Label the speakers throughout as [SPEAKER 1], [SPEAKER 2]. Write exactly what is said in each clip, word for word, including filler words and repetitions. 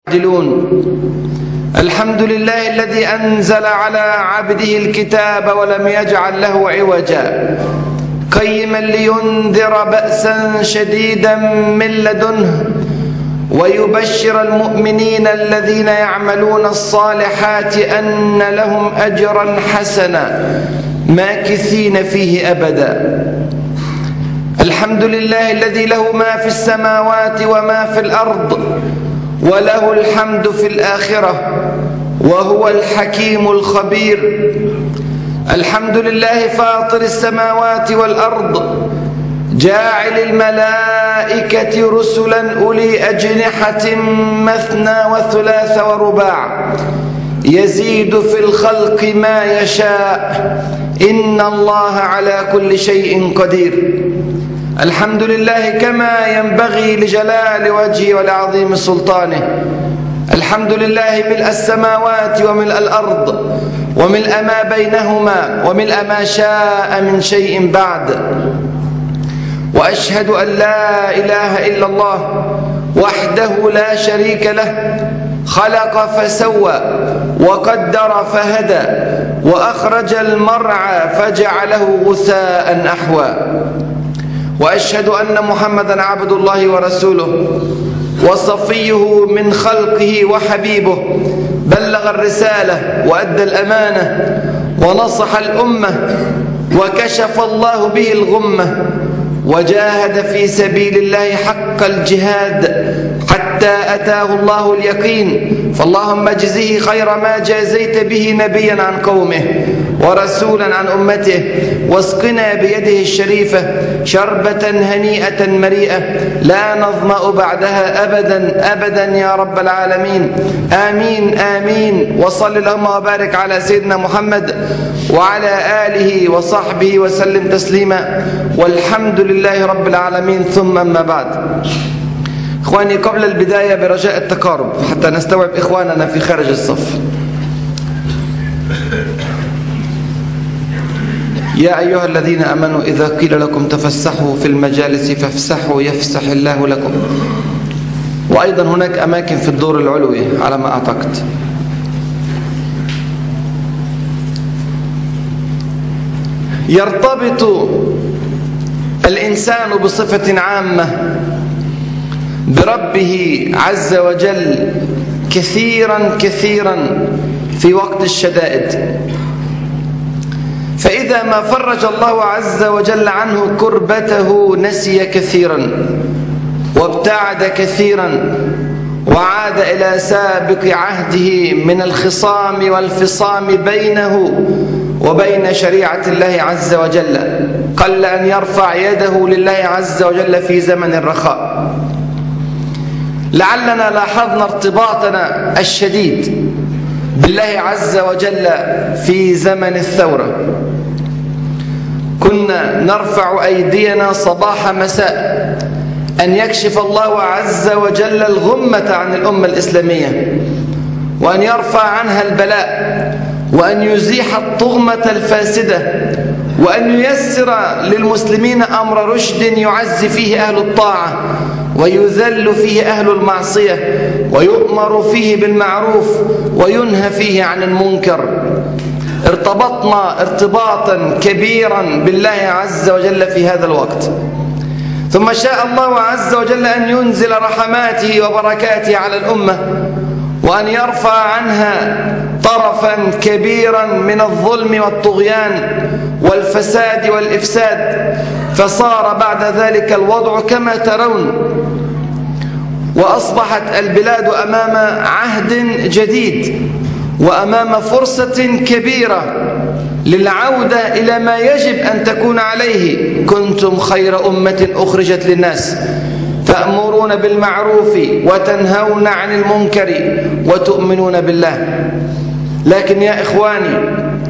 [SPEAKER 1] الحمد لله الذي أنزل على عبده الكتاب ولم يجعل له عوجا قيما لينذر بأسا شديدا من لدنه ويبشر المؤمنين الذين يعملون الصالحات أن لهم أجرا حسنا ماكثين فيه أبدا. الحمد لله الذي له ما في السماوات وما في الأرض وله الحمد في الآخرة وهو الحكيم الخبير. الحمد لله فاطر السماوات والأرض جاعل الملائكة رسلا أولي أجنحة مثنى وثلاث ورباع يزيد في الخلق ما يشاء إن الله على كل شيء قدير. الحمد لله كما ينبغي لجلال وجهه ولعظيم سلطانه. الحمد لله ملء السماوات وملء الأرض وملء ما بينهما وملء ما شاء من شيء بعد. وأشهد أن لا إله إلا الله وحده لا شريك له خلق فسوى وقدر فهدى وأخرج المرعى فجعله غثاء أحوى. وأشهد أن محمدا عبد الله ورسوله وصفيه من خلقه وحبيبه بلغ الرسالة وأدى الأمانة ونصح الأمة وكشف الله به الغمة وجاهد في سبيل الله حق الجهاد حتى أتاه الله اليقين. فاللهم اجزه خير ما جازيت به نبيا عن قومه ورسولا عن أمته واسقنا بيده الشريفة شربة هنيئة مريئة لا نظمأ بعدها أبدا أبدا يا رب العالمين. آمين آمين. وصل اللهم وبارك على سيدنا محمد وعلى آله وصحبه وسلم تسليما والحمد لله رب العالمين. ثم أما بعد، إخواني، قبل البداية برجاء التقارب حتى نستوعب إخواننا في خارج الصف. يا أيها الذين آمنوا إذا قيل لكم تفسحوا في المجالس فافسحوا يفسح الله لكم. وأيضا هناك أماكن في الدور العلوي على ما أعتقد. يرتبط الإنسان بصفة عامة بربه عز وجل كثيرا كثيرا في وقت الشدائد، فإذا ما فرج الله عز وجل عنه كربته نسي كثيرا وابتعد كثيرا وعاد إلى سابق عهده من الخصام والفصام بينه وبين شريعة الله عز وجل. قل أن يرفع يده لله عز وجل في زمن الرخاء. لعلنا لاحظنا ارتباطنا الشديد بالله عز وجل في زمن الثورة. كنا نرفع أيدينا صباح مساء أن يكشف الله عز وجل الغمة عن الأمة الإسلامية وأن يرفع عنها البلاء وأن يزيح الطغمة الفاسدة وأن ييسر للمسلمين أمر رشد يعز فيه أهل الطاعة ويذل فيه أهل المعصية ويؤمر فيه بالمعروف وينهى فيه عن المنكر. ارتبطنا ارتباطا كبيرا بالله عز وجل في هذا الوقت. ثم شاء الله عز وجل أن ينزل رحماته وبركاته على الأمة وأن يرفع عنها طرفا كبيرا من الظلم والطغيان والفساد والإفساد، فصار بعد ذلك الوضع كما ترون، وأصبحت البلاد أمام عهد جديد وأمام فرصة كبيرة للعودة إلى ما يجب أن تكون عليه. كنتم خير أمة أخرجت للناس تأمرون بالمعروف وتنهون عن المنكر وتؤمنون بالله. لكن يا إخواني،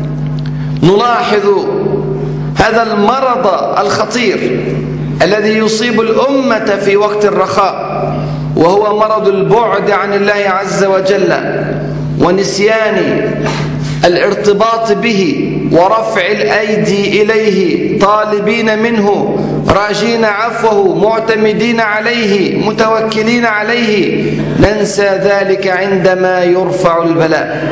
[SPEAKER 1] نلاحظ هذا المرض الخطير الذي يصيب الأمة في وقت الرخاء، وهو مرض البعد عن الله عز وجل ونسيان الارتباط به ورفع الأيدي إليه طالبين منه راجين عفوه معتمدين عليه متوكلين عليه، ننسى ذلك عندما يرفع البلاء.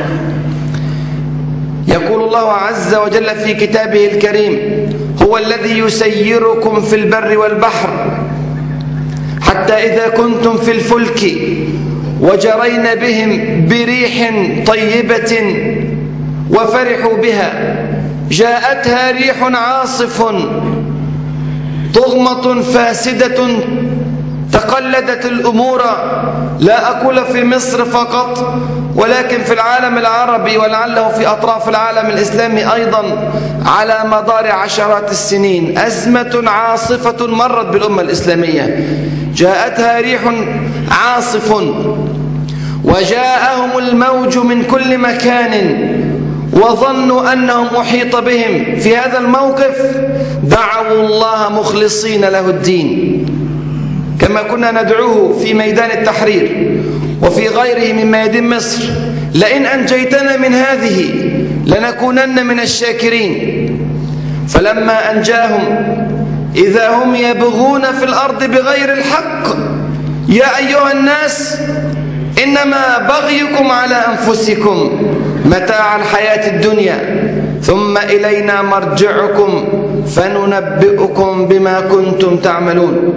[SPEAKER 1] يقول الله عز وجل في كتابه الكريم: هو الذي يسيركم في البر والبحر حتى إذا كنتم في الفلك وجرين بهم بريح طيبة وفرحوا بها جاءتها ريح عاصف طغمة فاسدة تقلدت الأمور، لا أقول في مصر فقط ولكن في العالم العربي ولعله في أطراف العالم الإسلامي أيضا على مدار عشرات السنين. أزمة عاصفة مرت بالأمة الإسلامية، جاءتها ريح عاصف وجاءهم الموج من كل مكان وظنوا أنهم أحيط بهم. في هذا الموقف دعوا الله مخلصين له الدين كما كنا ندعوه في ميدان التحرير وفي غيره من ميادين مصر: لئن أنجيتنا من هذه لنكونن من الشاكرين. فلما أنجاهم إذا هم يبغون في الأرض بغير الحق: يا أيها الناس إنما بغيكم على أنفسكم متاع الحياة الدنيا ثم إلينا مرجعكم فننبئكم بما كنتم تعملون.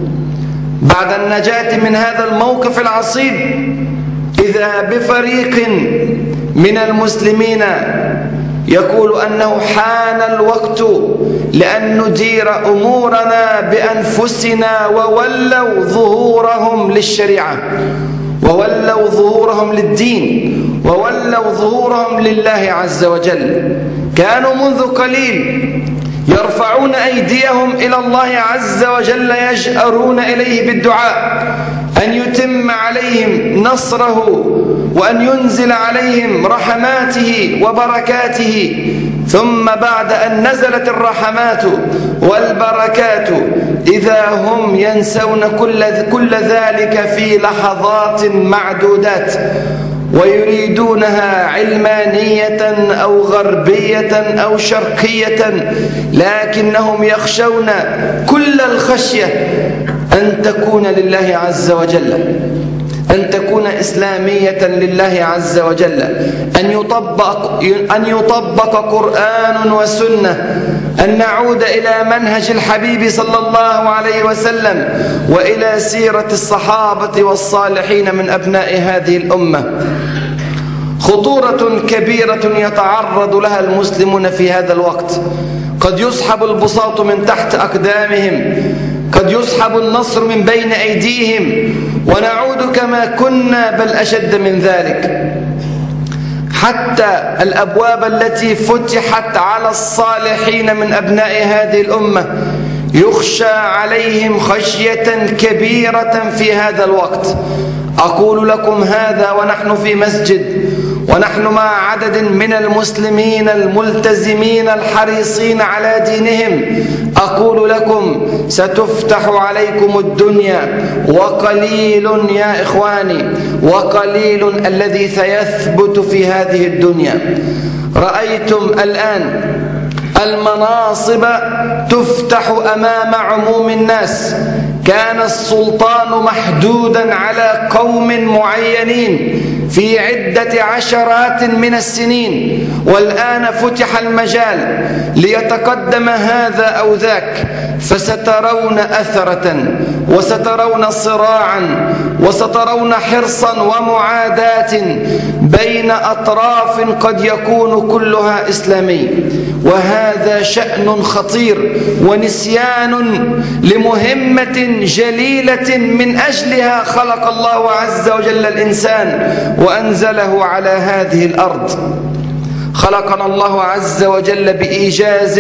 [SPEAKER 1] بعد النجاة من هذا الموقف العصيب إذا بفريق من المسلمين يقول أنه حان الوقت لأن ندير أمورنا بأنفسنا، وولوا ظهورهم للشريعة، وولوا ظهورهم للدين، وولوا ظهورهم لله عز وجل. كانوا منذ قليل يرفعون أيديهم إلى الله عز وجل يجأرون إليه بالدعاء أن يتم عليهم نصره وأن ينزل عليهم رحماته وبركاته. ثم بعد أن نزلت الرحمات والبركات إذا هم ينسون كل, كل ذلك في لحظات معدودات ويريدونها علمانية أو غربية أو شرقية، لكنهم يخشون كل الخشية أن تكون لله عز وجل، أن تكون إسلامية لله عز وجل، أن يطبق, أن يطبق قرآن وسنة، أن نعود إلى منهج الحبيب صلى الله عليه وسلم وإلى سيرة الصحابة والصالحين من أبناء هذه الأمة. خطورة كبيرة يتعرض لها المسلمون في هذا الوقت. قد يسحب البساط من تحت أقدامهم، قد يسحب النصر من بين أيديهم، ونعود كما كنا بل أشد من ذلك. حتى الأبواب التي فتحت على الصالحين من أبناء هذه الأمة يخشى عليهم خشية كبيرة في هذا الوقت. أقول لكم هذا ونحن في مسجد ونحن مع عدد من المسلمين الملتزمين الحريصين على دينهم. أقول لكم ستفتح عليكم الدنيا، وقليل يا إخواني وقليل الذي سيثبت في هذه الدنيا. رأيتم الآن المناصب تفتح أمام عموم الناس. كان السلطان محدودا على قوم معينين في عدة عشرات من السنين، والآن فتح المجال ليتقدم هذا أو ذاك، فسترون أثرة وسترون صراعا وسترون حرصا ومعاداة بين أطراف قد يكون كلها إسلامي. وهذا شأن خطير ونسيان لمهمة جليلة من أجلها خلق الله عز وجل الإنسان وأنزله على هذه الأرض. خلقنا الله عز وجل بإيجاز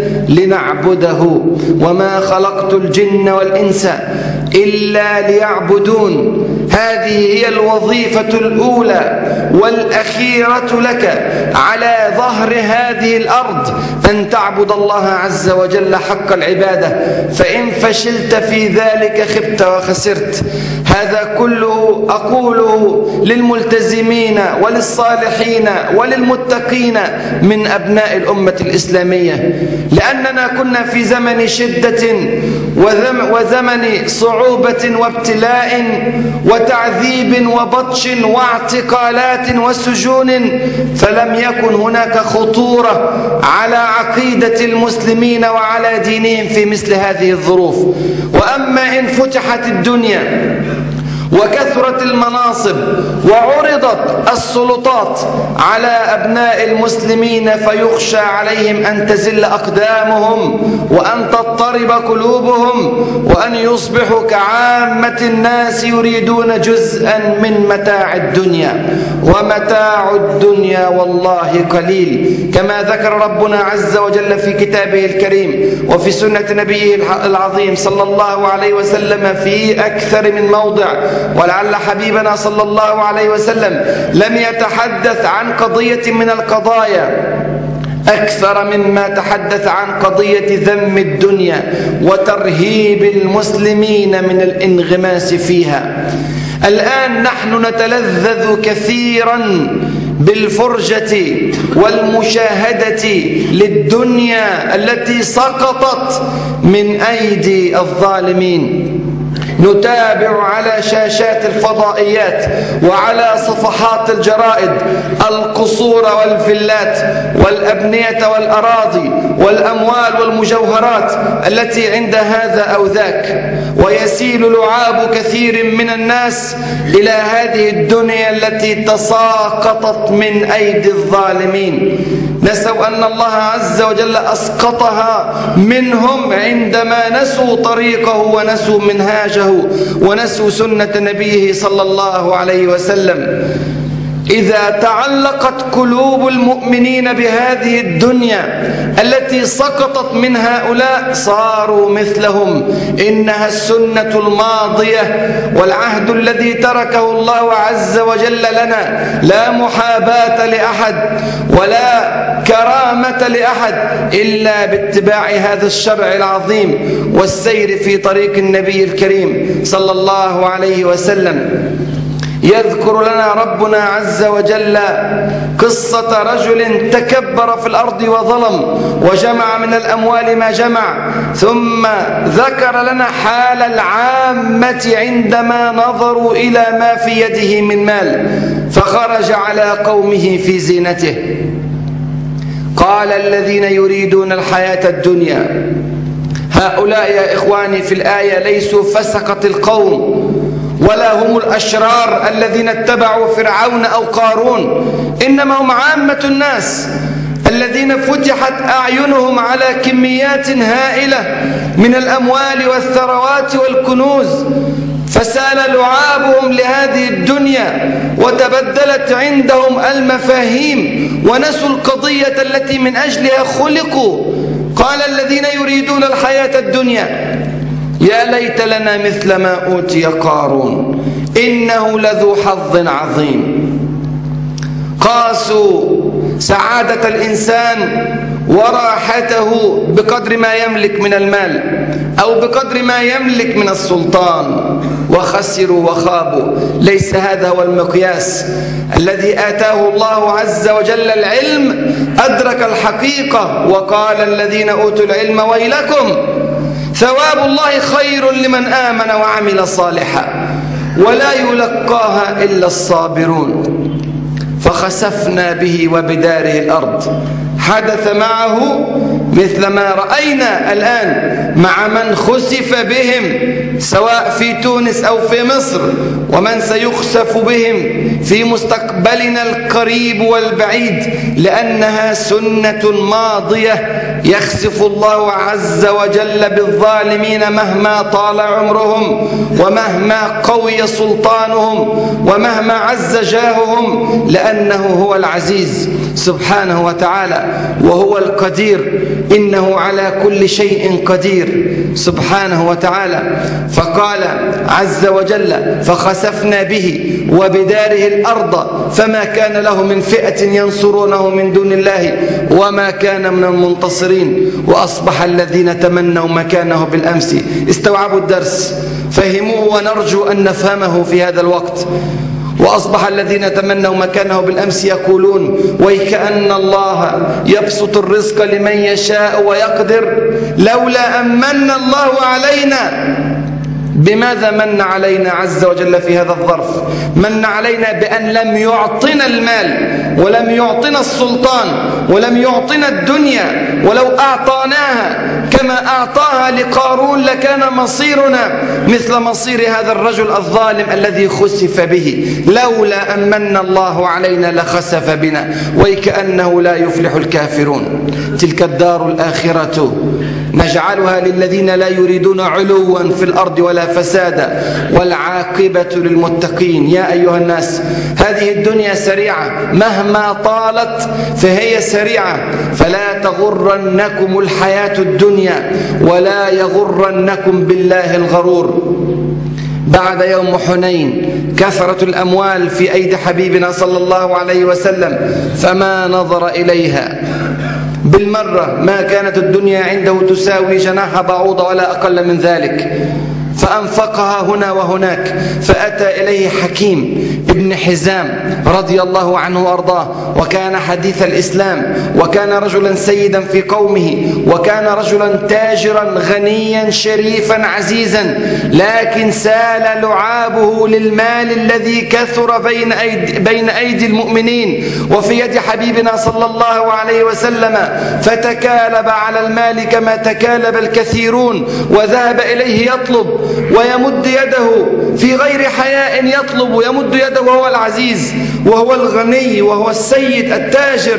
[SPEAKER 1] لنعبده: وما خلقت الجن والإنس إلا ليعبدون. هذه هي الوظيفة الأولى والأخيرة لك على ظهر هذه الأرض، أن تعبد الله عز وجل حق العبادة. فإن فشلت في ذلك خبت وخسرت. هذا كله أقوله للملتزمين وللصالحين وللمتقين من أبناء الأمة الإسلامية، لأننا كنا في زمن شدة وزمن صعوبة وابتلاء وتعذيب وبطش واعتقالات وسجون، فلم يكن هناك خطورة على عقيدة المسلمين وعلى دينهم في مثل هذه الظروف. وأما إن فتحت الدنيا وكثرت المناصب وعرضت السلطات على أبناء المسلمين فيخشى عليهم أن تزل أقدامهم وأن تضطرب قلوبهم وأن يصبحوا كعامة الناس يريدون جزءا من متاع الدنيا، ومتاع الدنيا والله قليل، كما ذكر ربنا عز وجل في كتابه الكريم وفي سنة نبيه العظيم صلى الله عليه وسلم في أكثر من موضع. ولعل حبيبنا صلى الله عليه وسلم لم يتحدث عن قضية من القضايا أكثر مما تحدث عن قضية ذم الدنيا وترهيب المسلمين من الانغماس فيها. الآن نحن نتلذذ كثيرا بالفرجة والمشاهدة للدنيا التي سقطت من أيدي الظالمين. نتابع على شاشات الفضائيات وعلى صفحات الجرائد القصور والفلات والأبنية والأراضي والأموال والمجوهرات التي عند هذا أو ذاك، ويسيل لعاب كثير من الناس إلى هذه الدنيا التي تساقطت من أيدي الظالمين. نسوا أن الله عز وجل أسقطها منهم عندما نسوا طريقه ونسوا منهاجه ونسوا سنة نبيه صلى الله عليه وسلم. إذا تعلقت قلوب المؤمنين بهذه الدنيا التي سقطت من هؤلاء صاروا مثلهم. إنها السنة الماضية والعهد الذي تركه الله عز وجل لنا، لا محاباة لأحد ولا كرامة لأحد إلا باتباع هذا الشرع العظيم والسير في طريق النبي الكريم صلى الله عليه وسلم. يذكر لنا ربنا عز وجل قصة رجل تكبر في الأرض وظلم وجمع من الأموال ما جمع، ثم ذكر لنا حال العامة عندما نظروا إلى ما في يده من مال، فخرج على قومه في زينته. قال الذين يريدون الحياة الدنيا، هؤلاء يا إخواني في الآية ليسوا فسقة القوم ولا هم الأشرار الذين اتبعوا فرعون أو قارون، إنما هم عامة الناس الذين فتحت أعينهم على كميات هائلة من الأموال والثروات والكنوز، فسال لعابهم لهذه الدنيا وتبدلت عندهم المفاهيم ونسوا القضية التي من أجلها خلقوا. قال الذين يريدون الحياة الدنيا يا ليت لنا مثل ما أوتي قارون إنه لذو حظ عظيم. قاسوا سعادة الإنسان وراحته بقدر ما يملك من المال أو بقدر ما يملك من السلطان، وخسروا وخابوا. ليس هذا هو المقياس. الذي آتاه الله عز وجل العلم أدرك الحقيقة، وقال الذين أوتوا العلم ويلكم ثواب الله خير لمن آمن وعمل صالحا ولا يلقاها إلا الصابرون. فخسفنا به وبداره الأرض. حدث معه مثل ما رأينا الآن مع من خسف بهم سواء في تونس أو في مصر، ومن سيخسف بهم في مستقبلنا القريب والبعيد، لأنها سنة ماضية. يخسف الله عز وجل بالظالمين مهما طال عمرهم ومهما قوي سلطانهم ومهما عز جاههم، لأنه هو العزيز سبحانه وتعالى وهو القدير، إنه على كل شيء قدير سبحانه وتعالى. فقال عز وجل فخسفنا به وبداره الأرض فما كان له من فئة ينصرونه من دون الله وما كان من المنتصرين. وأصبح الذين تمنوا مكانه بالأمس استوعبوا الدرس فهموه ونرجو أن نفهمه في هذا الوقت. وأصبح الذين تمنوا مكانه بالأمس يقولون ويكأن الله يبسط الرزق لمن يشاء ويقدر لولا أن من الله علينا. بماذا من علينا عز وجل في هذا الظرف؟ من علينا بأن لم يعطنا المال ولم يعطنا السلطان ولم يعطنا الدنيا، ولو أعطاناها كما أعطاها لقارون لكان مصيرنا مثل مصير هذا الرجل الظالم الذي خسف به. لولا أن من الله علينا لخسف بنا ويكأنه لا يفلح الكافرون. تلك الدار الآخرة نجعلها للذين لا يريدون علوا في الأرض ولا فسادا والعاقبة للمتقين. يا أيها الناس، هذه الدنيا سريعة، مهما طالت فهي سريعة، فلا تغرنكم الحياة الدنيا ولا يغرنكم بالله الغرور. بعد يوم حنين كثرة الأموال في أيدي حبيبنا صلى الله عليه وسلم فما نظر إليها بالمرة، ما كانت الدنيا عنده تساوي جناح بعوضة ولا أقل من ذلك، فأنفقها هنا وهناك. فأتى إليه حكيم ابن حزام رضي الله عنه وأرضاه، وكان حديث الإسلام، وكان رجلا سيدا في قومه، وكان رجلا تاجرا غنيا شريفا عزيزا، لكن سال لعابه للمال الذي كثر بين أيدي, بين أيدي المؤمنين وفي يد حبيبنا صلى الله عليه وسلم، فتكالب على المال كما تكالب الكثيرون، وذهب إليه يطلب ويمد يده في غير حياء، يطلب يمد يده وهو العزيز وهو الغني وهو السيد التاجر.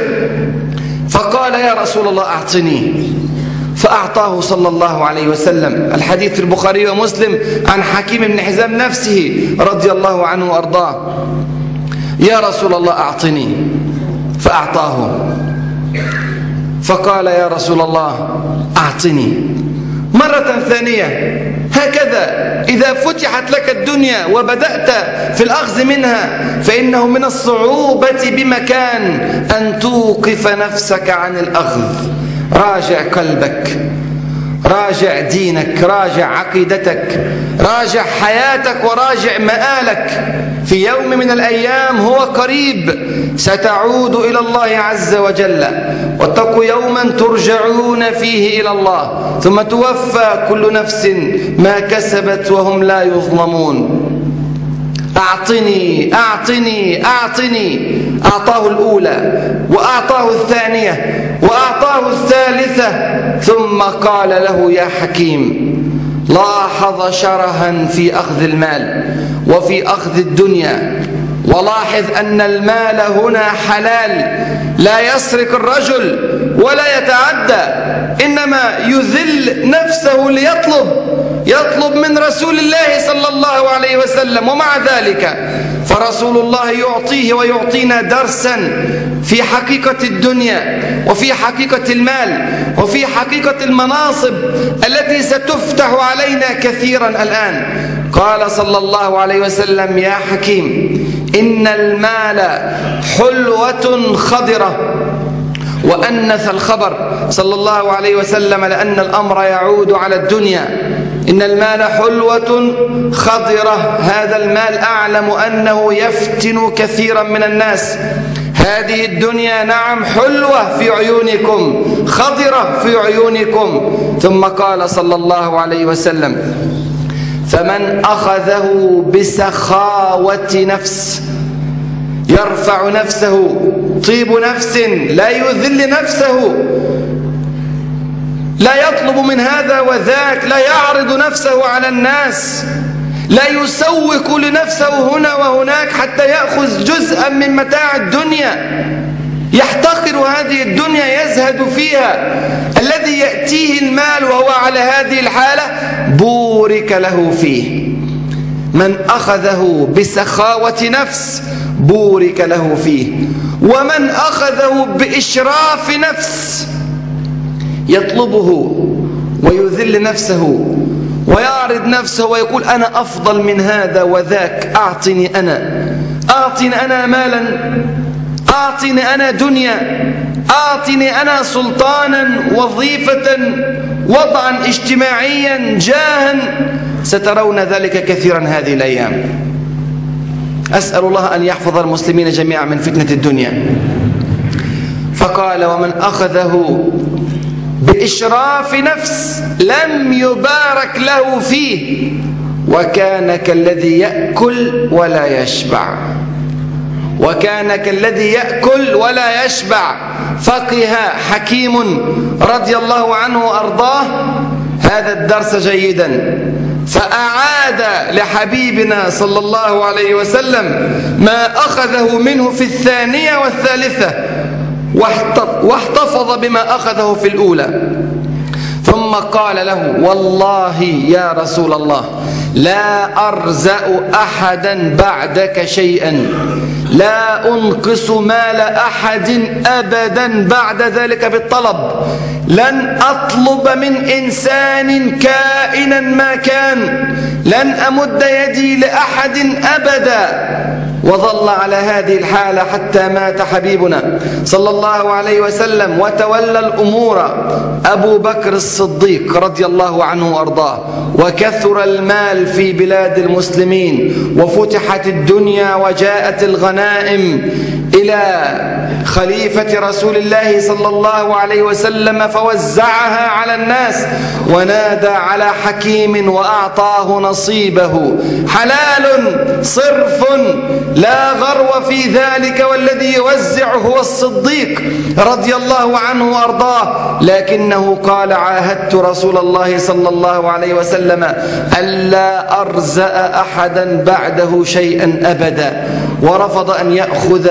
[SPEAKER 1] فقال يا رسول الله أعطني، فأعطاه صلى الله عليه وسلم. الحديث في البخاري ومسلم عن حكيم بن حزام نفسه رضي الله عنه وأرضاه. يا رسول الله أعطني، فأعطاه. فقال يا رسول الله أعطني مرة ثانية. هكذا إذا فتحت لك الدنيا وبدأت في الأخذ منها فإنه من الصعوبة بمكان أن توقف نفسك عن الأخذ. راجع قلبك، راجع دينك، راجع عقيدتك، راجع حياتك، وراجع مآلك. في يوم من الأيام هو قريب ستعود إلى الله عز وجل. واتقوا يوما ترجعون فيه إلى الله ثم توفى كل نفس ما كسبت وهم لا يظلمون. أعطني أعطني أعطني. أعطاه الأولى وأعطاه الثانية وأعطاه الثالثة، ثم قال له يا حكيم، لاحظ شرها في أخذ المال وفي أخذ الدنيا. ولاحظ أن المال هنا حلال، لا يسرق الرجل ولا يتعدى، إنما يذل نفسه ليطلب يطلب من رسول الله صلى الله عليه وسلم. ومع ذلك فرسول الله يعطيه ويعطينا درسا في حقيقة الدنيا وفي حقيقة المال وفي حقيقة المناصب التي ستفتح علينا كثيرا الآن. قال صلى الله عليه وسلم يا حكيم، إن المال حلوة خضرة. وأنث الخبر صلى الله عليه وسلم لأن الأمر يعود على الدنيا. إن المال حلوة خضرة، هذا المال أعلم أنه يفتن كثيرا من الناس. هذه الدنيا نعم حلوة في عيونكم، خضرة في عيونكم. ثم قال صلى الله عليه وسلم فمن أخذه بسخاوة نفس، يرفع نفسه، طيب نفس، لا يذل نفسه، لا يطلب من هذا وذاك، لا يعرض نفسه على الناس، لا يسوق لنفسه هنا وهناك حتى يأخذ جزءا من متاع الدنيا، يحتقر هذه الدنيا، يزهد فيها. الذي يأتيه المال وهو على هذه الحالة بورك له فيه. من أخذه بسخاوة نفس بورك له فيه، ومن أخذه بإشراف نفس يطلبه ويذل نفسه ويعرض نفسه ويقول أنا أفضل من هذا وذاك، أعطني أنا، أعطني أنا مالا، أعطني أنا دنيا، أعطني أنا سلطانا، وظيفة، وضعا اجتماعيا، جاها، سترون ذلك كثيرا هذه الأيام. أسأل الله أن يحفظ المسلمين جميعا من فتنة الدنيا. فقال: ومن أخذه بإشراف نفس لم يبارك له فيه، وكان كالذي يأكل ولا يشبع. وكان كالذي يأكل ولا يشبع. فقه حكيم رضي الله عنه وأرضاه هذا الدرس جيدا، فأعاد لحبيبنا صلى الله عليه وسلم ما أخذه منه في الثانية والثالثة، واحتفظ بما أخذه في الأولى. ثم قال له: والله يا رسول الله لا أرزأ أحدا بعدك شيئا، لا أنقص مال أحد أبدا بعد ذلك بالطلب، لن أطلب من إنسان كائنا ما كان، لن أمد يدي لأحد أبدا. وظل على هذه الحالة حتى مات حبيبنا صلى الله عليه وسلم، وتولى الأمور أبو بكر الصديق رضي الله عنه وأرضاه، وكثر المال في بلاد المسلمين، وفتحت الدنيا، وجاءت الغنائم إلى خليفة رسول الله صلى الله عليه وسلم فوزعها على الناس، ونادى على حكيم وأعطاه نصيبه، حلال صرف لا غرو في ذلك، والذي يوزع هو الصديق رضي الله عنه وأرضاه. لكنه قال: عاهدت رسول الله صلى الله عليه وسلم ألا أرزأ أحدا بعده شيئا أبدا، ورفض أن يأخذ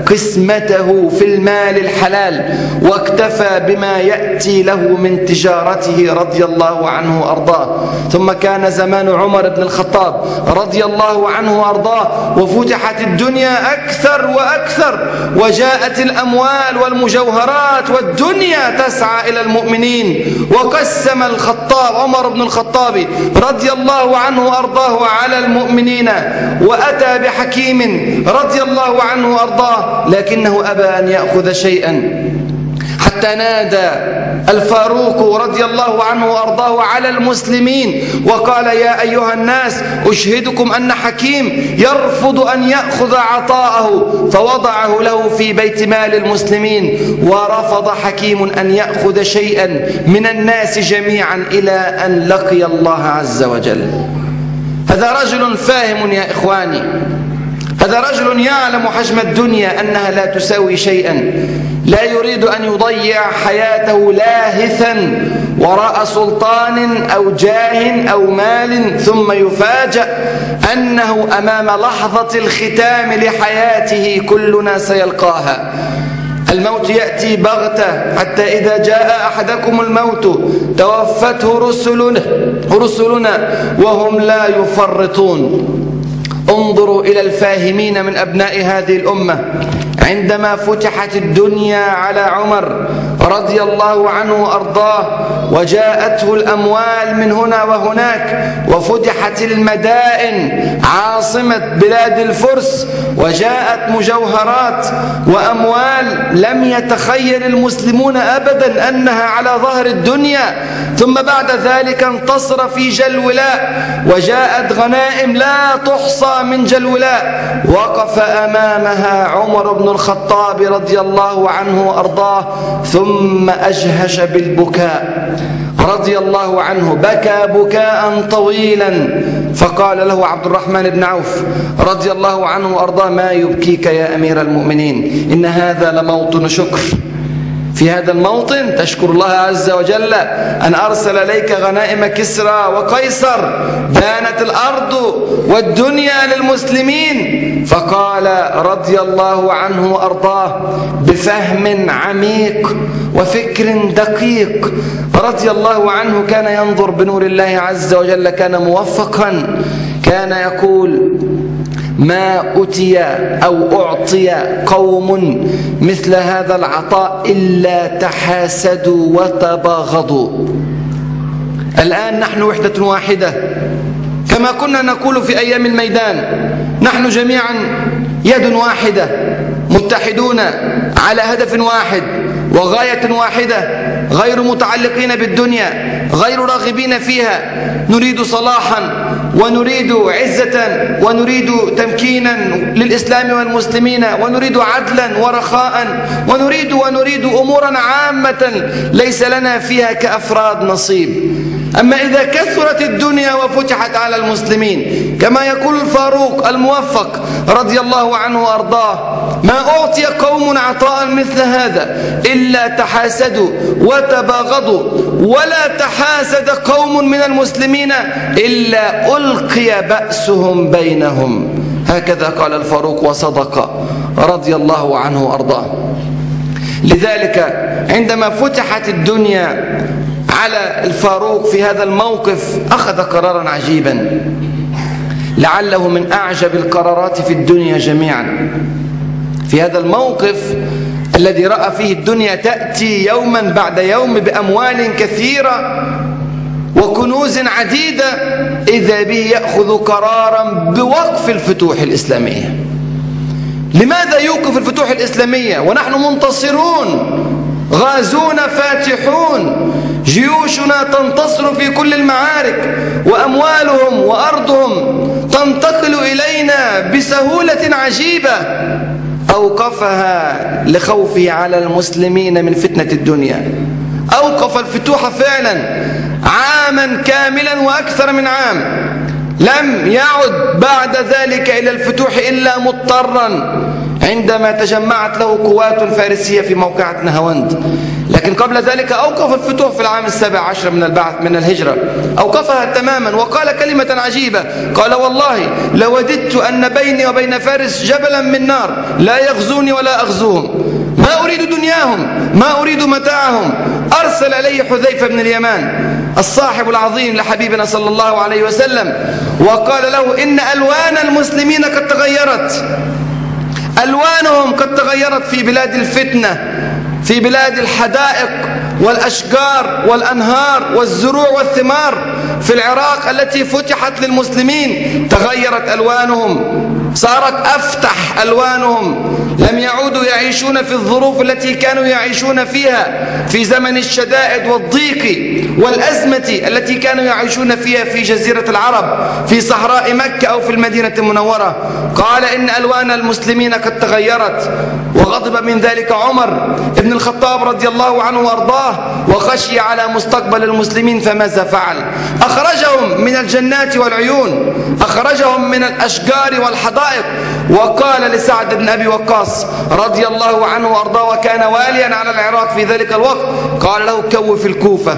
[SPEAKER 1] قسمته في المال الحلال، واكتفى بما يأتي له من تجارته رضي الله عنه وأرضاه. ثم كان زمان عمر بن الخطاب رضي الله عنه وأرضاه، وفتحت الدنيا أكثر وأكثر، وجاءت الأموال والمجوهرات والدنيا تسعى إلى المؤمنين، وقسم الخطاب عمر بن الخطاب رضي الله عنه وأرضاه على المؤمنين، وأتى بحكيم رضي الله عنه وأرضاه، لكنه أبى أن يأخذ شيئا، حتى نادى الفاروق رضي الله عنه وأرضاه على المسلمين وقال: يا أيها الناس أشهدكم أن حكيم يرفض أن يأخذ عطاءه، فوضعه له في بيت مال المسلمين، ورفض حكيم أن يأخذ شيئا من الناس جميعا إلى أن لقي الله عز وجل. هذا رجل فاهم يا إخواني، هذا رجل يعلم حجم الدنيا أنها لا تساوي شيئا، لا يريد أن يضيع حياته لاهثا وراء سلطان أو جاه أو مال، ثم يفاجأ أنه أمام لحظة الختام لحياته كلنا سيلقاها. الموت يأتي بغتة، حتى إذا جاء أحدكم الموت توفته رسلنا, رسلنا وهم لا يفرطون. انظروا إلى الفاهمين من أبناء هذه الأمة، عندما فتحت الدنيا على عمر رضي الله عنه وأرضاه، وجاءته الأموال من هنا وهناك، وفتحت المدائن عاصمة بلاد الفرس، وجاءت مجوهرات وأموال لم يتخيل المسلمون أبدا أنها على ظهر الدنيا. ثم بعد ذلك انتصر في جلولاء، وجاءت غنائم لا تحصى من جلولاء، وقف أمامها عمر بن الخطاب رضي الله عنه وأرضاه، ثم أجهش بالبكاء رضي الله عنه، بكى بكاء طويلا، فقال له عبد الرحمن بن عوف رضي الله عنه وأرضاه: ما يبكيك يا أمير المؤمنين؟ إن هذا لموطن شكر، في هذا الموطن تشكر الله عز وجل أن أرسل إليك غنائم كسرى وقيصر، بانت الأرض والدنيا للمسلمين. فقال رضي الله عنه وأرضاه بفهم عميق وفكر دقيق رضي الله عنه، كان ينظر بنور الله عز وجل، كان موفقا، كان يقول: ما أتي أو أعطي قوم مثل هذا العطاء إلا تحاسدوا وتباغضوا. الآن نحن وحدة واحدة، كما كنا نقول في أيام الميدان، نحن جميعا يد واحدة، متحدون على هدف واحد وغاية واحدة، غير متعلقين بالدنيا، غير راغبين فيها، نريد صلاحا ونريد عزة ونريد تمكينا للإسلام والمسلمين ونريد عدلا ورخاء ونريد ونريد أمورا عامة ليس لنا فيها كأفراد نصيب. أما إذا كثرت الدنيا وفتحت على المسلمين كما يقول الفاروق الموفق رضي الله عنه وأرضاه: ما أعطي قوم عطاء مثل هذا إلا تحاسدوا وتباغضوا، ولا تحاسد قوم من المسلمين إلا ألقي بأسهم بينهم. هكذا قال الفاروق وصدق رضي الله عنه وأرضاه. لذلك عندما فتحت الدنيا على الفاروق في هذا الموقف أخذ قرارا عجيبا لعله من أعجب القرارات في الدنيا جميعا. في هذا الموقف الذي رأى فيه الدنيا تأتي يوما بعد يوم بأموال كثيرة وكنوز عديدة، إذا به يأخذ قرارا بوقف الفتوح الإسلامية. لماذا يوقف الفتوح الإسلامية ونحن منتصرون غازون فاتحون، جيوشنا تنتصر في كل المعارك وأموالهم وأرضهم تنتقل إلينا بسهولة عجيبة؟ أوقفها لخوفه على المسلمين من فتنة الدنيا. أوقف الفتوح فعلا عاما كاملا وأكثر من عام، لم يعد بعد ذلك إلى الفتوح إلا مضطرا عندما تجمعت له قوات فارسية في موقعة نهاوند. لكن قبل ذلك أوقف الفتوح في العام السابع عشر من البعث من الهجرة، أوقفها تماما وقال كلمة عجيبة، قال: والله لوددت أن بيني وبين فارس جبلا من نار لا يغزوني ولا أغزوهم، ما أريد دنياهم ما أريد متاعهم. أرسل إليه حذيفة بن اليمان الصاحب العظيم لحبيبنا صلى الله عليه وسلم وقال له: إن ألوان المسلمين قد تغيرت، ألوانهم قد تغيرت في بلاد الفتنة، في بلاد الحدائق والأشجار والأنهار والزروع والثمار. في العراق التي فتحت للمسلمين تغيرت ألوانهم، صارت أفتح ألوانهم، لم يعودوا يعيشون في الظروف التي كانوا يعيشون فيها في زمن الشدائد والضيق والأزمة التي كانوا يعيشون فيها في جزيرة العرب في صحراء مكة أو في المدينة المنورة. قال: إن ألوان المسلمين قد تغيرت. وغضب من ذلك عمر بن الخطاب رضي الله عنه وارضاه وخشي على مستقبل المسلمين، فماذا فعل؟ أخرجهم من الجنات والعيون، أخرجهم من الأشجار والحدائق، وقال لسعد بن أبي وقاص رضي الله عنه وارضاه وكان واليا على العراق في ذلك الوقت، قال له: كوف الكوفة،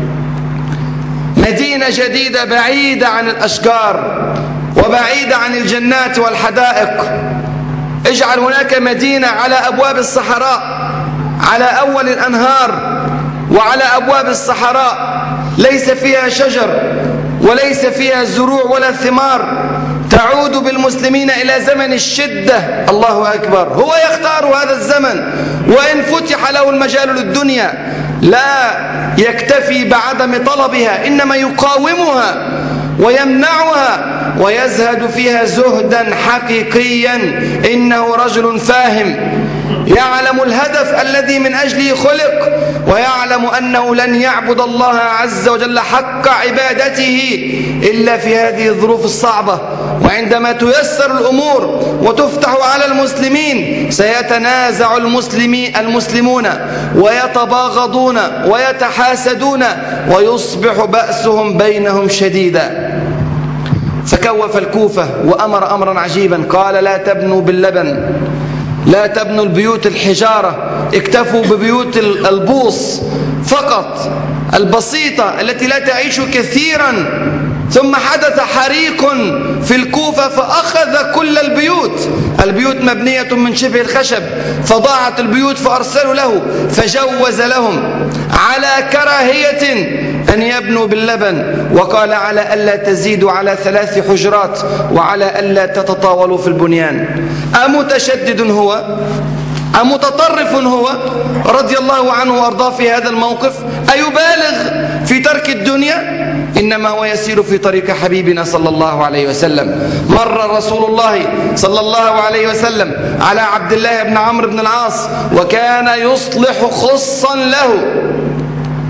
[SPEAKER 1] مدينة جديدة بعيدة عن الأشجار وبعيدة عن الجنات والحدائق، اجعل هناك مدينة على أبواب الصحراء، على أول الأنهار وعلى أبواب الصحراء، ليس فيها شجر وليس فيها زروع ولا ثمار، تعود بالمسلمين إلى زمن الشدة. الله أكبر. هو يختار هذا الزمن، وإن فتح له المجال للدنيا لا يكتفي بعدم طلبها، إنما يقاومها ويمنعها ويزهد فيها زهدا حقيقيا. إنه رجل فاهم يعلم الهدف الذي من أجله خلق، ويعلم أنه لن يعبد الله عز وجل حق عبادته إلا في هذه الظروف الصعبة. وعندما تيسر الأمور وتفتح على المسلمين سيتنازع المسلمين المسلمون ويتباغضون ويتحاسدون ويصبح بأسهم بينهم شديدا. فكوف الكوفة وأمر أمرا عجيبا، قال: لا تبنوا باللبن، لا تبنوا البيوت الحجارة، اكتفوا ببيوت البوص فقط البسيطة التي لا تعيش كثيرا. ثم حدث حريق في الكوفة فأخذ كل البيوت، البيوت مبنية من شبه الخشب، فضاعت البيوت فأرسلوا له فجوز لهم على كراهية أن يبنوا باللبن، وقال: على ألا تزيدوا على ثلاث حجرات وعلى ألا تتطاولوا في البنيان. أمتشدد هو؟ أمتطرف هو رضي الله عنه وأرضاه في هذا الموقف؟ أيبالغ في ترك الدنيا؟ إنما هو يسير في طريق حبيبنا صلى الله عليه وسلم. مر رسول الله صلى الله عليه وسلم على عبد الله بن عمرو بن العاص وكان يصلح خصا له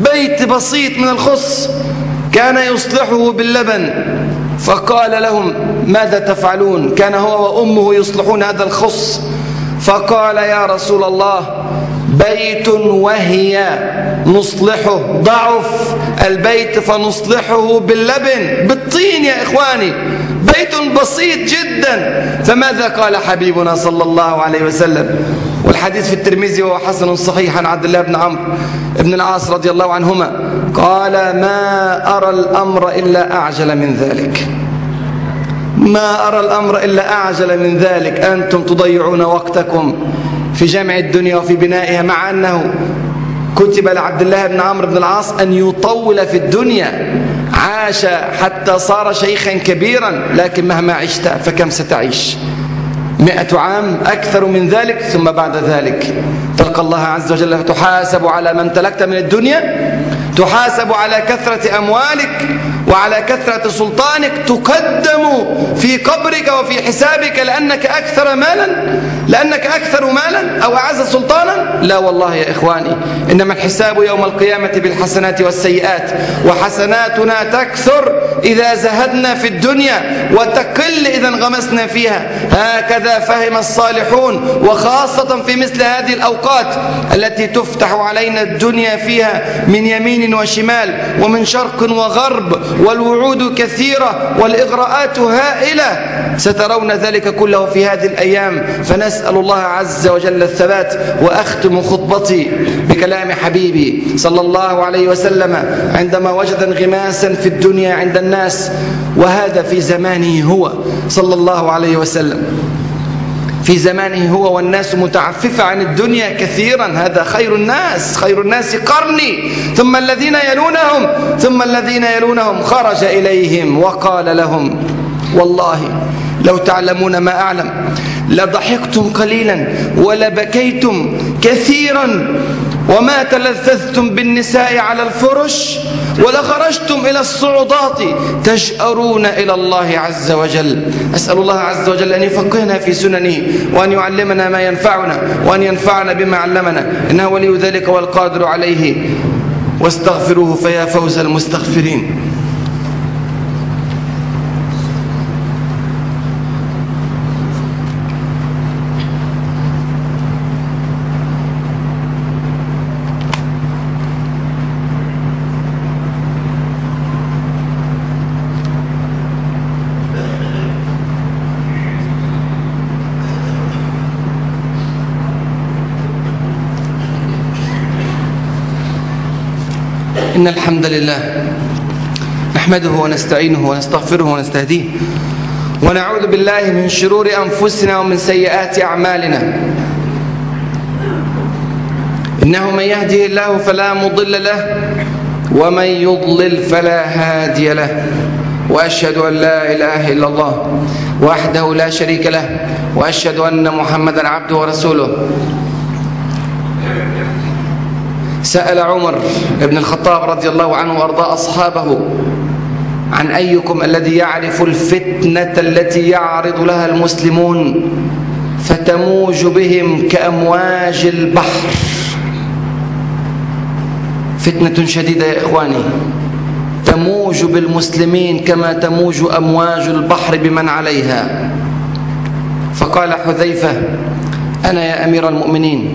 [SPEAKER 1] بيت بسيط من الخص كان يصلحه باللبن، فقال لهم ماذا تفعلون؟ كان هو وأمه يصلحون هذا الخص، فقال يا رسول الله بيت وهي نصلحه، ضعف البيت فنصلحه باللبن بالطين يا إخواني، بيت بسيط جدا. فماذا قال حبيبنا صلى الله عليه وسلم؟ والحديث في الترمذي وهو حسن صحيح عن عبد الله بن عمرو بن العاص رضي الله عنهما قال ما أرى الأمر إلا أعجل من ذلك، ما أرى الأمر إلا أعجل من ذلك، أنتم تضيعون وقتكم في جمع الدنيا وفي بنائها، مع أنه كتب لعبد الله بن عمرو بن العاص أن يطول في الدنيا، عاش حتى صار شيخا كبيرا، لكن مهما عشت فكم ستعيش؟ مئة عام أكثر من ذلك، ثم بعد ذلك تلقى الله عز وجل تحاسب على ما امتلكت من الدنيا، تحاسب على كثرة أموالك وعلى كثرة سلطانك، تقدم في قبرك وفي حسابك لأنك أكثر مالا، لأنك أكثر مالا أو أعز سلطانا. لا والله يا إخواني، إنما الحساب يوم القيامة بالحسنات والسيئات، وحسناتنا تكثر إذا زهدنا في الدنيا وتقل إذا انغمسنا فيها. هكذا فهم الصالحون، وخاصة في مثل هذه الأوقات التي تفتح علينا الدنيا فيها من يمين وشمال ومن شرق وغرب، والوعود كثيرة والإغراءات هائلة، سترون ذلك كله في هذه الأيام. فنسأل الله عز وجل الثبات. وأختم خطبتي بكلام حبيبي صلى الله عليه وسلم عندما وجد انغماسا في الدنيا عند الناس، وهذا في زمانه هو صلى الله عليه وسلم، في زمانه هو والناس متعففة عن الدنيا كثيرا. هذا خير الناس، خير الناس قرني ثم الذين يلونهم ثم الذين يلونهم. خرج إليهم وقال لهم والله لو تعلمون ما أعلم لضحكتم قليلا ولبكيتم كثيرا وما تلذذتم بالنساء على الفرش ولخرجتم إلى الصعودات تجأرون إلى الله عز وجل. أسأل الله عز وجل أن يفقهنا في سننه وأن يعلمنا ما ينفعنا وأن ينفعنا بما علمنا، إنه ولي ذلك والقادر عليه. واستغفروه فيا فوز المستغفرين. إن الحمد لله نحمده ونستعينه ونستغفره ونستهديه، ونعوذ بالله من شرور أنفسنا ومن سيئات أعمالنا. إنه من يهده الله فلا مضل له ومن يضلل فلا هادي له، وأشهد أن لا إله إلا الله وحده لا شريك له، وأشهد أن محمدا عبده ورسوله. سأل عمر بن الخطاب رضي الله عنه وأرضى أصحابه عن أيكم الذي يعرف الفتنة التي يعرض لها المسلمون فتموج بهم كأمواج البحر. فتنة شديدة يا إخواني، تموج بالمسلمين كما تموج أمواج البحر بمن عليها. فقال حذيفة أنا يا أمير المؤمنين.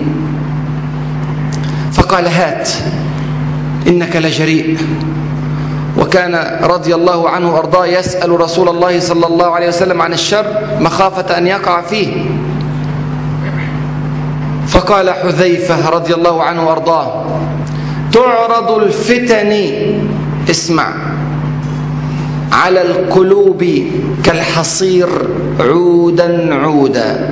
[SPEAKER 1] فقال هات إنك لجريء. وكان رضي الله عنه وأرضاه يسأل رسول الله صلى الله عليه وسلم عن الشر مخافة أن يقع فيه. فقال حذيفة رضي الله عنه وأرضاه تعرض الفتن اسمع على القلوب كالحصير عودا عودا.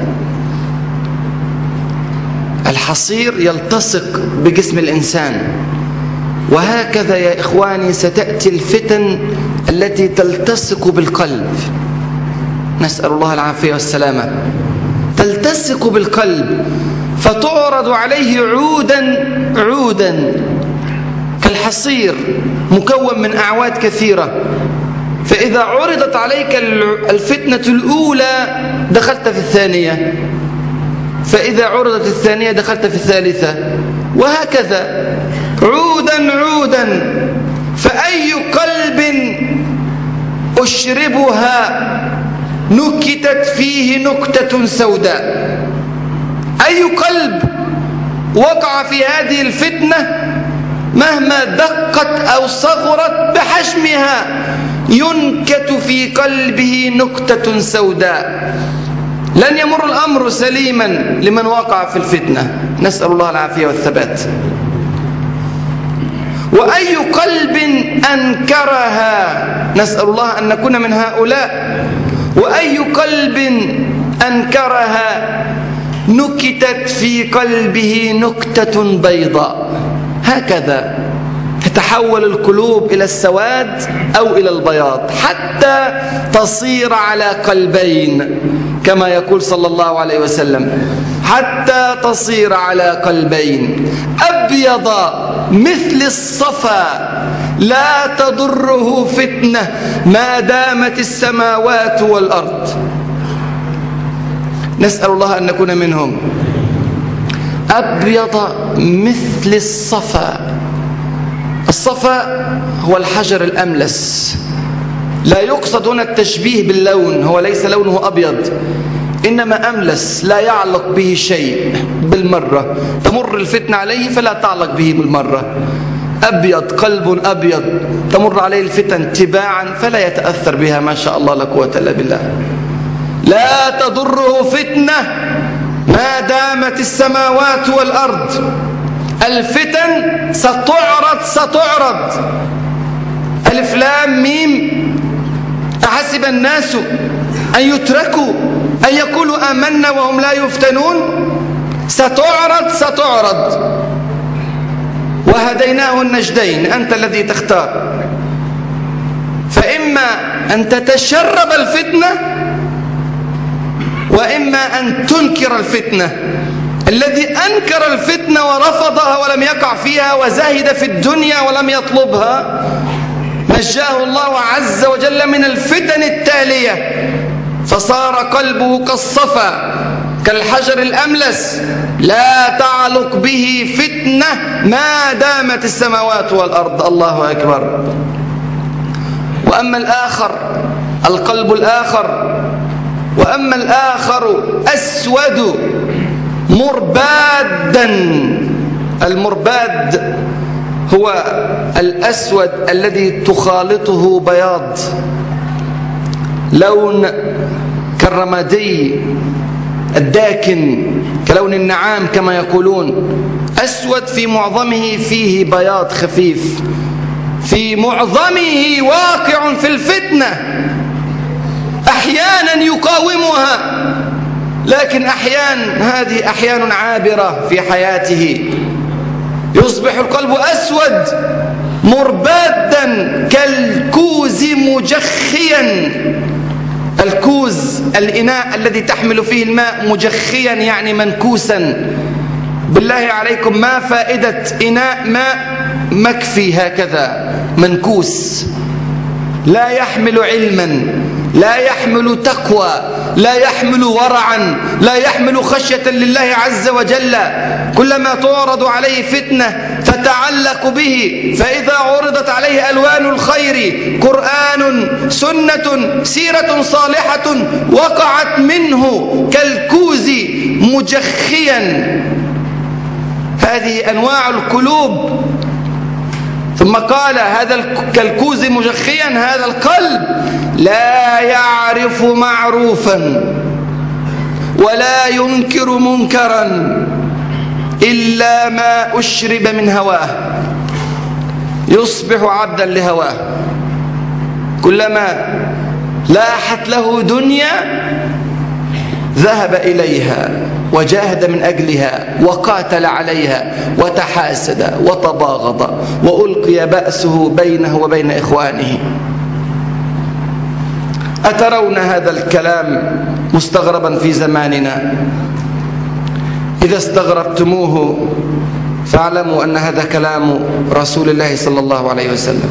[SPEAKER 1] الحصير يلتصق بجسم الإنسان، وهكذا يا إخواني ستأتي الفتن التي تلتصق بالقلب، نسأل الله العافية والسلامة. تلتصق بالقلب فتعرض عليه عودا عودا كالحصير مكون من أعواد كثيرة، فإذا عرضت عليك الفتنة الأولى دخلت في الثانية، فإذا عرضت الثانية دخلت في الثالثة، وهكذا عودا عودا، فأي قلب أشربها نكتت فيه نكتة سوداء. أي قلب وقع في هذه الفتنة مهما دقت أو صغرت بحجمها ينكت في قلبه نكتة سوداء. لن يمر الأمر سليما لمن وقع في الفتنة، نسأل الله العافية والثبات. وأي قلب أنكرها، نسأل الله أن نكون من هؤلاء، وأي قلب أنكرها نكتت في قلبه نكتة بيضاء. هكذا تتحول القلوب إلى السواد أو إلى البياض حتى تصير على قلبين كما يقول صلى الله عليه وسلم، حتى تصير على قلبين أبيض مثل الصفا لا تضره فتنة ما دامت السماوات والأرض. نسأل الله أن نكون منهم. أبيض مثل الصفا. الصفا هو الحجر الأملس، لا يقصد هنا التشبيه باللون، هو ليس لونه أبيض إنما أملس لا يعلق به شيء بالمرة، تمر الفتنة عليه فلا تعلق به بالمرة. أبيض، قلب أبيض تمر عليه الفتن تباعا فلا يتأثر بها، ما شاء الله لا قوة إلا بالله. لا تضره فتنة ما دامت السماوات والأرض. الفتن ستعرض ستعرض. ألف لام ميم. أحسب الناس أن يتركوا أن يقولوا آمنا وهم لا يفتنون. ستعرض ستعرض. وهديناه النجدين، أنت الذي تختار. فإما أن تتشرب الفتنة وإما أن تنكر الفتنة. الذي أنكر الفتنة ورفضها ولم يقع فيها وزهد في الدنيا ولم يطلبها نجاه الله عز وجل من الفتن التالية، فصار قلبه كالصفا كالحجر الأملس لا تعلق به فتنة ما دامت السماوات والأرض. الله أكبر. وأما الآخر، القلب الآخر، وأما الآخر أسود مربادا. المرباد هو الأسود الذي تخالطه بياض، لون كالرمادي الداكن كلون النعام كما يقولون. أسود في معظمه فيه بياض خفيف، في معظمه واقع في الفتنة، أحيانا يقاومها لكن أحيان هذه أحيان عابرة في حياته. يصبح القلب أسود مربادا كالكوز مجخيا. الكوز الإناء الذي تحمل فيه الماء مجخيا يعني منكوسا. بالله عليكم ما فائدة إناء ماء مكفي هكذا منكوس، لا يحمل علما، لا يحمل تقوى، لا يحمل ورعا، لا يحمل خشية لله عز وجل. كلما تعرض عليه فتنة تتعلق به، فإذا عرضت عليه ألوان الخير قرآن سنة سيرة صالحة وقعت منه كالكوز مجخيا. هذه أنواع القلوب. ثم قال هذا كالكوز مجخيا، هذا القلب لا يعرف معروفا ولا ينكر منكرا إلا ما أشرب من هواه. يصبح عبدا لهواه، كلما لاحت له دنيا ذهب إليها وجاهد من أجلها وقاتل عليها وتحاسد وتباغض وألقي بأسه بينه وبين إخوانه. أترون هذا الكلام مستغربا في زماننا؟ إذا استغربتموه فاعلموا أن هذا كلام رسول الله صلى الله عليه وسلم.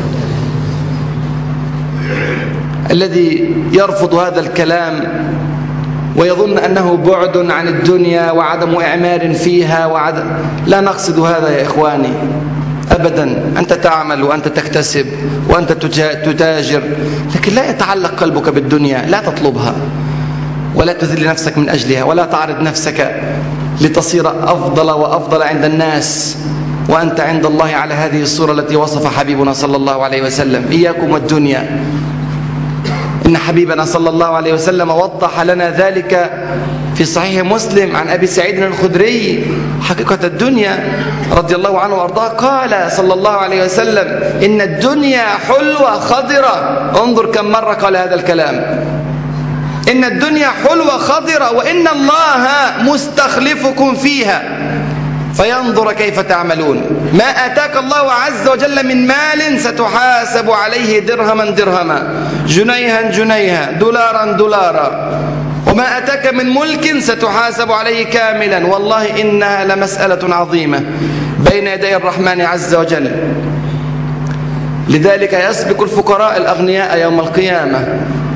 [SPEAKER 1] الذي يرفض هذا الكلام ويظن أنه بعد عن الدنيا وعدم إعمار فيها وعدم، لا نقصد هذا يا إخواني. أبدا. أنت تعمل وأنت تكتسب وأنت تتاجر، لكن لا يتعلق قلبك بالدنيا. لا تطلبها ولا تذل نفسك من أجلها، ولا تعرض نفسك لتصير أفضل وأفضل عند الناس وأنت عند الله على هذه الصورة التي وصف حبيبنا صلى الله عليه وسلم. إياكم والدنيا. إن حبيبنا صلى الله عليه وسلم وضح لنا ذلك في صحيح مسلم عن أبي سعيد الخدري حقيقة الدنيا رضي الله عنه وأرضاه. قال صلى الله عليه وسلم: إن الدنيا حلوة خضرة. انظر كم مرة قال هذا الكلام. إن الدنيا حلوة خضرة وإن الله مستخلفكم فيها فينظر كيف تعملون. ما آتاك الله عز وجل من مال ستحاسب عليه درهما درهما، جنيها جنيها، دولارا دولارا. وما أتاك من ملك ستحاسب عليه كاملا. والله إنها لمسألة عظيمة بين يدي الرحمن عز وجل. لذلك يسبق الفقراء الأغنياء يوم القيامة،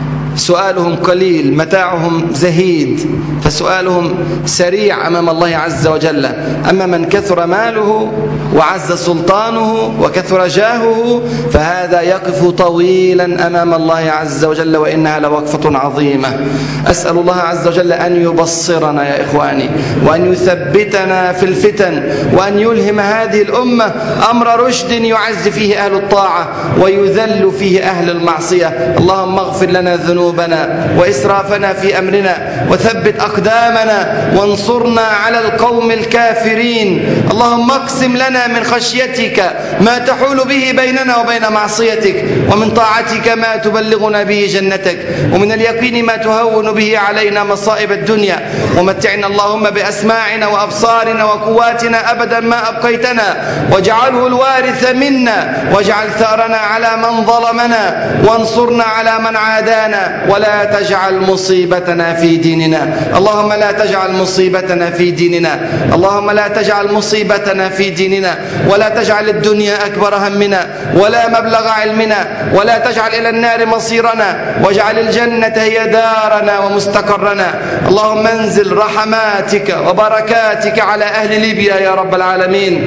[SPEAKER 1] سؤالهم قليل، متاعهم زهيد، فسؤالهم سريع أمام الله عز وجل. أما من كثر ماله وعز سلطانه وكثر جاهه فهذا يقف طويلا أمام الله عز وجل، وإنها لوقفة عظيمة. أسأل الله عز وجل أن يبصرنا يا إخواني، وأن يثبتنا في الفتن، وأن يلهم هذه الأمة أمر رشد يعز فيه أهل الطاعة ويذل فيه أهل المعصية. اللهم اغفر لنا ذنوبنا وإسرافنا في أمرنا، وثبت أقدامنا، وانصرنا على القوم الكافرين. اللهم اقسم لنا من خشيتك ما تحول به بيننا وبين معصيتك، ومن طاعتك ما تبلغنا به جنتك، ومن اليقين ما تهون به علينا مصائب الدنيا. ومتعنا اللهم بأسماعنا وأبصارنا وقواتنا أبدا ما أبقيتنا، واجعله الوارث منا، واجعل ثأرنا على من ظلمنا، وانصرنا على من عادانا، ولا تجعل مصيبتنا في ديننا. اللهم لا تجعل مصيبتنا في ديننا، اللهم لا تجعل مصيبتنا في ديننا، ولا تجعل الدنيا أكبر همنا ولا مبلغ علمنا، ولا تجعل إلى النار مصيرنا، واجعل الجنة هي دارنا ومستقرنا. اللهم انزل رحماتك وبركاتك على أهل ليبيا يا رب العالمين،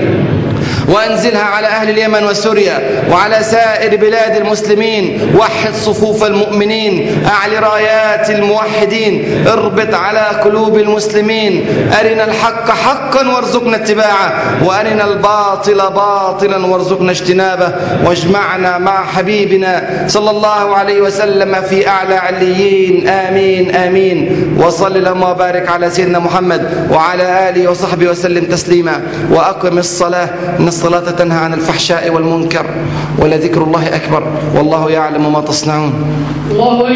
[SPEAKER 1] وأنزلها على أهل اليمن وسوريا وعلى سائر بلاد المسلمين. وحد صفوف المؤمنين، أعل رايات الموحدين، اربط على قلوب المسلمين. أرنا الحق حقا وارزقنا اتباعه، وأرنا الباطل باطلا وارزقنا اجتنابه، واجمعنا مع حبيبنا صلى الله عليه وسلم في أعلى عليين. آمين آمين. وصل اللهم وبارك على سيدنا محمد وعلى آله وصحبه وسلم تسليما. وأقم الصلاة، إن الصلاة تنهى عن الفحشاء والمنكر، ولذكر الله أكبر، والله يعلم ما تصنعون.